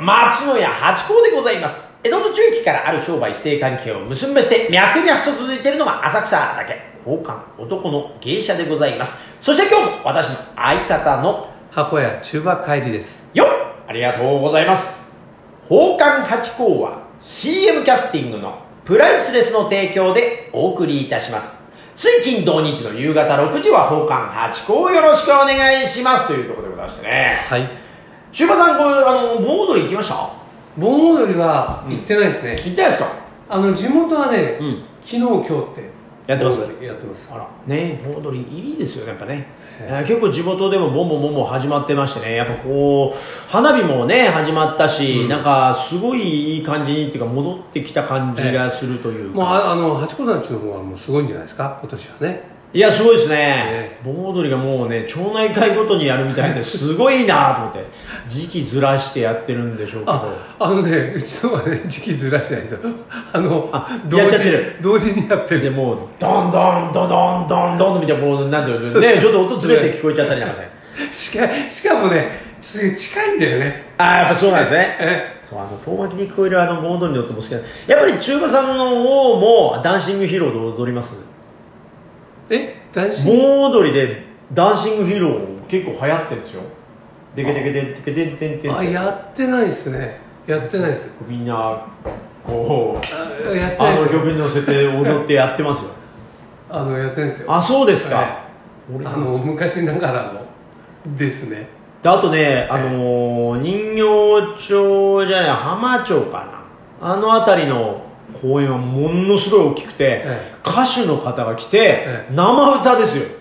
松野屋八甲でございます。江戸の中期からある商売指定関係を結びまして、脈々と続いているのが浅草だけ、宝冠男の芸者でございます。そして今日も私の相方の箱屋中馬帰りですよっ、ありがとうございます。宝冠八甲は CM キャスティングのプライスレスの提供でお送りいたします。水金土日の夕方6時は宝冠八甲をよろしくお願いしますというところでございましてね。 はい。 中馬さん、これ盆踊り行きました？ 盆踊りは行ってないですね、 行ってないですか？ 地元はね、 うん、 昨日今日ってやってます。 やってます。 あらね、盆踊りいいですよね、やっぱね。結構地元でもボンボンボンボン始まってましてね、やっぱこう花火もね始まったし、なんかすごいいい感じにっていうか戻ってきた感じがするというか、 もう八甲山地の方はもうすごいんじゃないですか、今年はね。 いや、すごいですね。盆踊りがもうね、町内会ごとにやるみたいですごいなと思って、時期ずらしてやってるんでしょうけど。 うちのはね、時期ずらしてないですよ。 やっちゃってる。 同時にやってる。 で、もう、ドンドン、ドドン、ドンドンみたいな、こう、なんていうんですかね、ちょっと音ずれて聞こえちゃったりなんかね。 しかもね、近いんだよね。 やっぱそうなんですね。そう、遠巻きに聞こえる盆踊りの音も好きなの。やっぱり中馬さんの方も、ダンシングヒーローで踊ります？ ダンシング？ 盆踊りでダンシングヒーロー結構流行ってるんですよ。でけでけでけでんてんてん。 やってないですね。やってないです。 みんなこうやってないです。 曲に乗せて踊ってやってますよ。 やってるんですよ。 そうですか。 昔ながらのですね。 で、あとね、人形町じゃない、浜町かな、辺りの公園はものすごい大きくて、歌手の方が来て、生歌ですよ。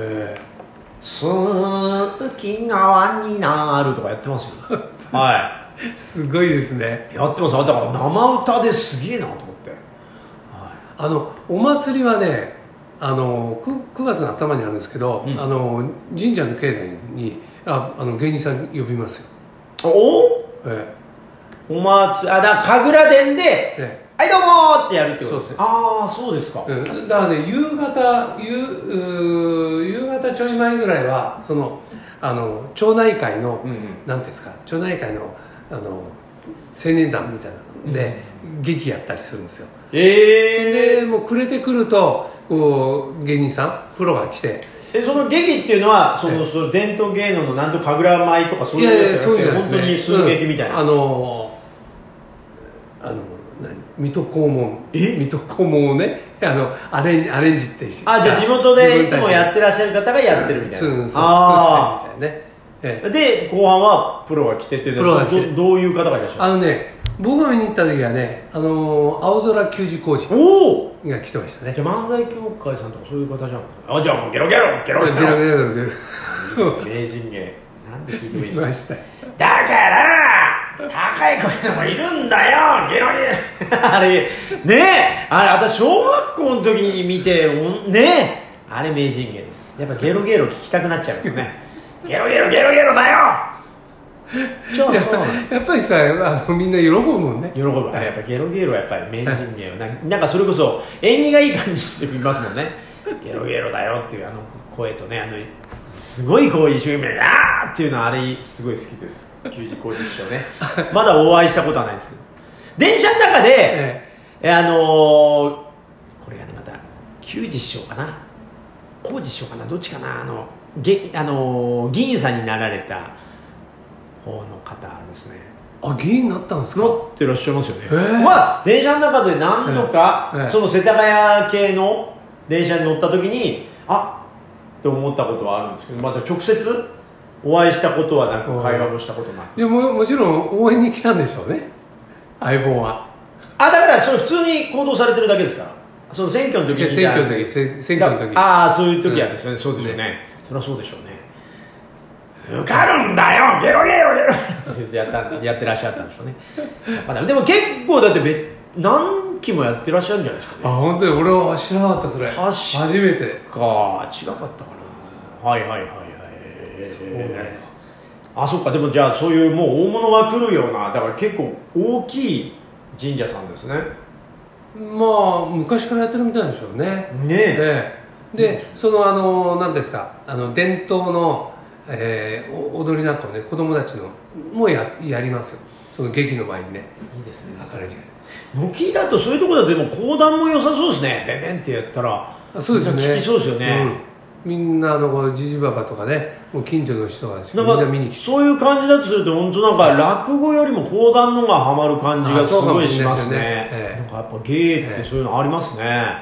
好き川になるとかやってますよ。はい。 すごいですね。 やってます。だから生歌ですげえなと思って。 お祭りはね、9月の頭にあるんですけど、神社の境内に芸人さん呼びますよ。 お祭り、だから神楽殿で、はいどうもーってやるってことですね。そうですか。 だからね、夕方ちょい前ぐらいは町内会の、なんていうんですか、町内会の青年団みたいなので、劇やったりするんですよ。でもう暮れてくると芸人さんプロが来て、 その劇っていうのはその伝統芸能のなんと神楽舞とかそういうやつじゃなくて、本当に寸劇みたいな、 水戸黄門をね、アレンジってじゃあ地元でいつもやってらっしゃる方がやってるみたいな。 作ってみたいなね。 で後半はプロが来てって、どういう方がいらっしゃる？ 僕が見に行った時はね、青空球児工事が来てましたね。 じゃあ漫才協会さんとかそういう方じゃん。じゃあもうゲロゲロゲロゲロ名人芸なんで聞いてもいいですか？ ました。 だから高い声でもいるんだよ、ゲロゲロ。あれね、私小学校の時に見てね、あれ名人芸です。やっぱゲロゲロ聞きたくなっちゃうんですね。ゲロゲロゲロゲロだよ。 やっぱりさ、みんな喜ぶもんね。 喜ぶ。やっぱゲロゲロはやっぱり名人芸はなんかそれこそ縁起がいい感じして見ますもんね。ゲロゲロだよっていう声とね、すごいこう一生懸命あーっていうのはあれすごい好きです。球児工事師匠ね。まだお会いしたことはないんですけど、電車の中で、これがねまた球児師匠かな、工事師匠かな、どっちかな、議員さんになられた方の方ですね。 議員になったんですか？ なってらっしゃいますよね。電車の中で何度か、その世田谷系の電車に乗った時にって思ったことはあるんですけど、また直接お会いしたことはなく、会話もしたことなく。 でももちろん応援に来たんでしょうね、相棒は。 だから普通に行動されてるだけですから。その選挙の時に。 選挙の時。 そういう時はですね、そうですよね。そりゃそうでしょうね。受かるんだよ、ゲロゲロゲロやってらっしゃったんでしょうね。でも結構だって何期もやってらっしゃるんじゃないですかね。 本当に俺は知らなかった。それ初めて違かったかな。はいそっか。でもじゃあそういうもう大物が来るような、だから結構大きい神社さんですね。 昔からやってるみたいでしょうね。で何ですか、伝統の踊りなんかをね、子供たちのもやりますよ。 その劇の前にね。 いいですね。 明るい時間。軒だとそういうところだとでも講談も良さそうですね。ベベンってやったら。 そうですね。 聞きそうですよね。 みんなじじばばとかね、もう近所の人がみんな見に来て。 そういう感じだとすると本当なんか落語よりも講談のがハマる感じがすごいしますね。なんかやっぱ芸ってそういうのありますね。いいなぁ。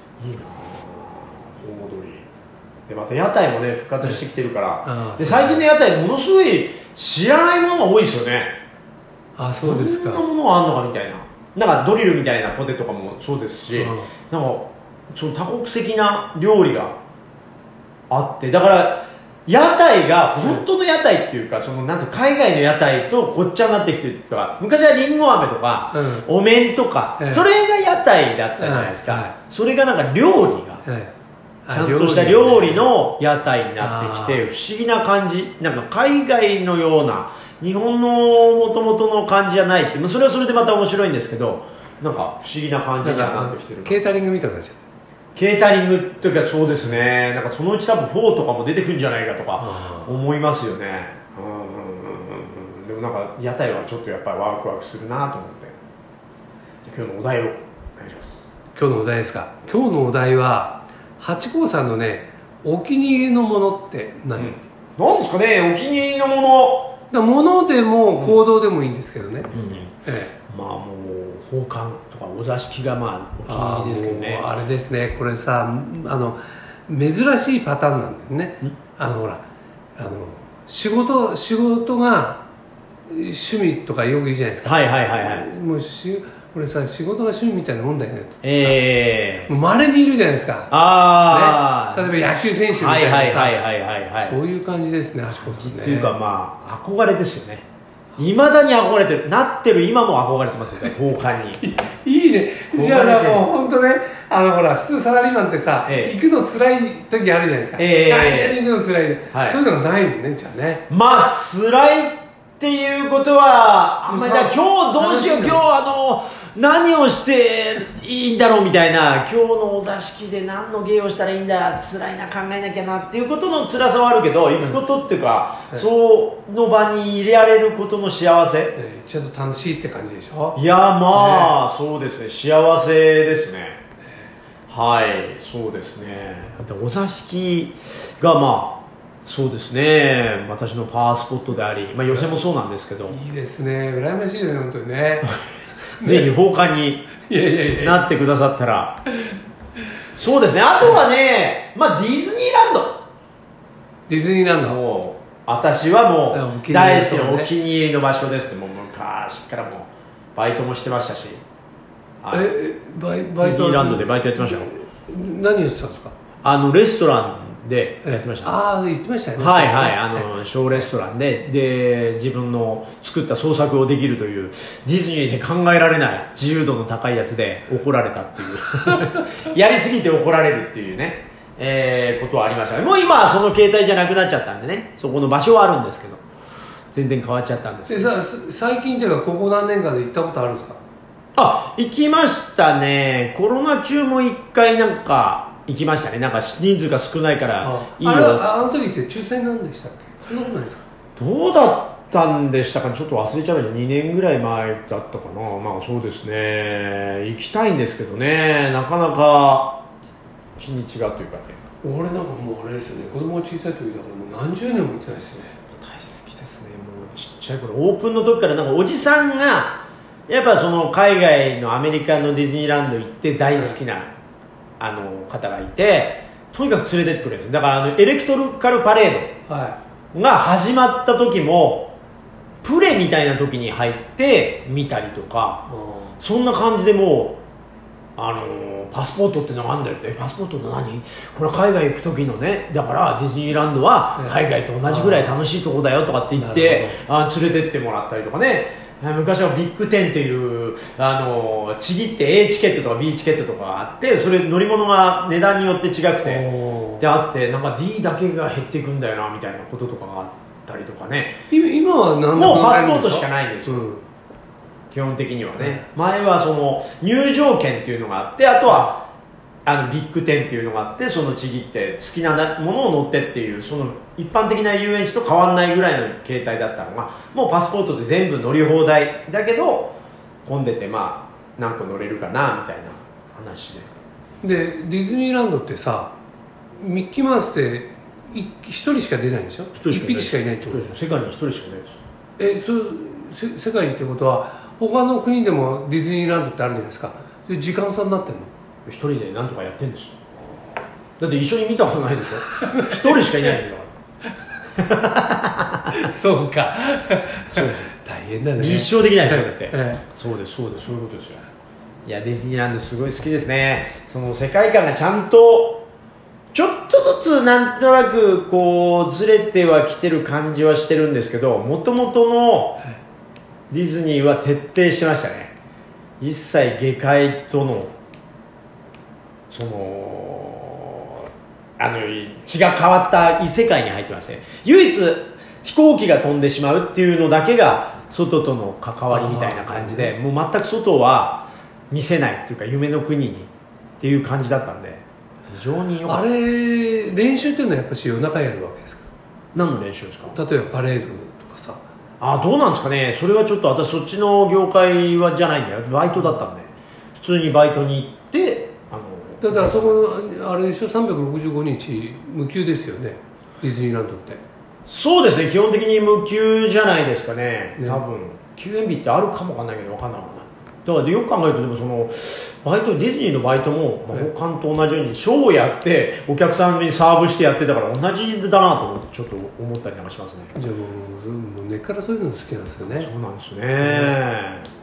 大戻り。でまた屋台もね復活してきてるから。で最近の屋台ものすごい知らないものが多いですよね。 あ、そうですか。 こんなものがあんのかみたいな。なんかドリルみたいなポテトとかもそうですし、なんかその多国籍な料理があって、だから屋台が本当の屋台っていうか、そのなんて海外の屋台とごっちゃになってきてるとか、昔はりんご飴とか、お面とか、それが屋台だったじゃないですか。それがなんか料理が、ちゃんとした料理の屋台になってきて、不思議な感じ、なんか海外のような日本の元々の感じじゃないって、それはそれでまた面白いんですけど、なんか不思議な感じになってきてる。 ケータリングみたいになっちゃった。 ケータリングっていうかそうですね、なんかそのうち多分フォーとかも出てくるんじゃないかとか思いますよね。でもなんか屋台はちょっとやっぱりワクワクするなと思って。今日のお題をお願いします。 今日のお題ですか。今日のお題は八甲さんのね、お気に入りのものって何？ なんですかね、お気に入りのもの。 物でも行動でもいいんですけどね。 まあもう宝冠とかお座敷がまあお気に入りですけどね。 あれですね、これさ、珍しいパターンなんだよね。ほら仕事が趣味とかよく言うじゃないですか。もうこれさ、仕事が趣味みたいなもんだよねってさ、まれにいるじゃないですか。例えば野球選手みたいなさ、そういう感じですね、橋本さんね。 っていうかまあ憧れですよね。いまだに憧れてる、なってる今も憧れてますよね、宝冠に。 いいね。じゃあもう本当ね、ほら普通サラリーマンってさ、行くの辛い時あるじゃないですか。会社に行くの辛いで、そういうのがないのね、じゃあね。 まあ辛いっていうことはあんまり今日どうしよう、今日何をしていいんだろうみたいな、今日のお座敷で何の芸をしたらいいんだ、辛いな、考えなきゃなっていうことの辛さはあるけど、行くことっていうか、その場に入れられることの幸せ、 ちょっと楽しいって感じでしょ。 いやまあ、そうですね、幸せですね。はい、そうですね。お座敷がまあそうですね、私のパワースポットであり、寄席もそうなんですけど、 いいですね、羨ましいですね、本当にね。 ぜひ宝冠になってくださったら。そうですね、あとはね、ディズニーランド。 ディズニーランド、 もう私はもう大好きなお気に入りの場所ですって、もう昔からもうバイトもしてましたし。 バイト、 ディズニーランドでバイトやってましたよ。 何やってたんですか。 レストランでやってました。 言ってましたよね。 小レストランで自分の作った創作をできるという、ディズニーで考えられない自由度の高いやつで怒られたっていうやりすぎて怒られるっていうね、ことはありましたね。もう今はその携帯じゃなくなっちゃったんでね、そこの場所はあるんですけど全然変わっちゃったんですけど。 最近というかここ何年かで行ったことあるんですか。 行きましたね。コロナ中も一回なんか行きましたね。なんか人数が少ないからいいよ。 あの時って抽選なんでしたっけ。そんなことないですか。 どうだったんでしたか、ちょっと忘れちゃいました。2年ぐらい前だったかな。そうですね、行きたいんですけどね、なかなか日にちがというかね。 俺なんかもうあれですよね、子供が小さい時だからもう何十年も行ってないですよね。 大好きですね。もうちっちゃい頃、オープンの時からなんかおじさんがやっぱその海外のアメリカのディズニーランド行って大好きな、方がいて、とにかく連れてってくれるんです。だからエレクトリカルパレードが始まった時も、プレみたいな時に入って見たりとか、そんな感じでもうパスポートってのがあるんだよって。パスポートの何これ、海外行く時のね、だからディズニーランドは海外と同じぐらい楽しいとこだよとかって言って連れてってもらったりとかね。昔はビッグ10っていうちぎって A チケットとか B チケットとかがあって、それ乗り物が値段によって違くてであって、なんか D だけが減っていくんだよなみたいなこととかがあったりとかね。 今は何もうパスポートしかないんですよ、基本的にはね。前はその入場券っていうのがあって、あとはビッグ10っていうのがあって、そのちぎって好きなものを乗ってっていう、その一般的な遊園地と変わらないぐらいの形態だったのが、もうパスポートで全部乗り放題だけど混んでて、まあ何個乗れるかなみたいな話で。でディズニーランドってさ、ミッキーマウスって1人しか出ないんでしょ。1匹しかいないってことです。 世界に1人しかいないです。 世界ってことは他の国でもディズニーランドってあるじゃないですか。それ時間差になってんの ？1人で何とかやってんですよ。だって一緒に見たことないでしょ。1人しかいないんですよ。 そうか。そう大変だね。 立証できない人だって、そうですそういうことですよ。いやディズニーランドすごい好きですね。その世界観がちゃんとちょっとずつなんとなくこうずれてはきてる感じはしてるんですけど、もともとのディズニーは徹底してましたね。一切下界とのその血が変わった異世界に入ってまして、唯一飛行機が飛んでしまうっていうのだけが外との関わりみたいな感じで、もう全く外は見せないっていうか、夢の国にっていう感じだったんで非常に良かった。 あれ練習っていうのはやっぱし夜中やるわけですか？ 何の練習ですか？ 例えばパレードとかさ。 どうなんですかね。それはちょっと私そっちの業界はじゃないんだよ。バイトだったんで普通にバイトに行ってだからそこあれでしょ、365日無休ですよね、ディズニーランドって。 そうですね、基本的に無休じゃないですかね。多分休園日ってあるかもわかんないけど分かんないもんな。だからよく考えると、でもそのバイト、ディズニーのバイトも、他と同じようにショーをやってお客さんにサーブしてやってたから同じだなと思ってちょっと思ったりなんかしますね。 じゃあもう根っからそういうの好きなんですよね。 そうなんですね。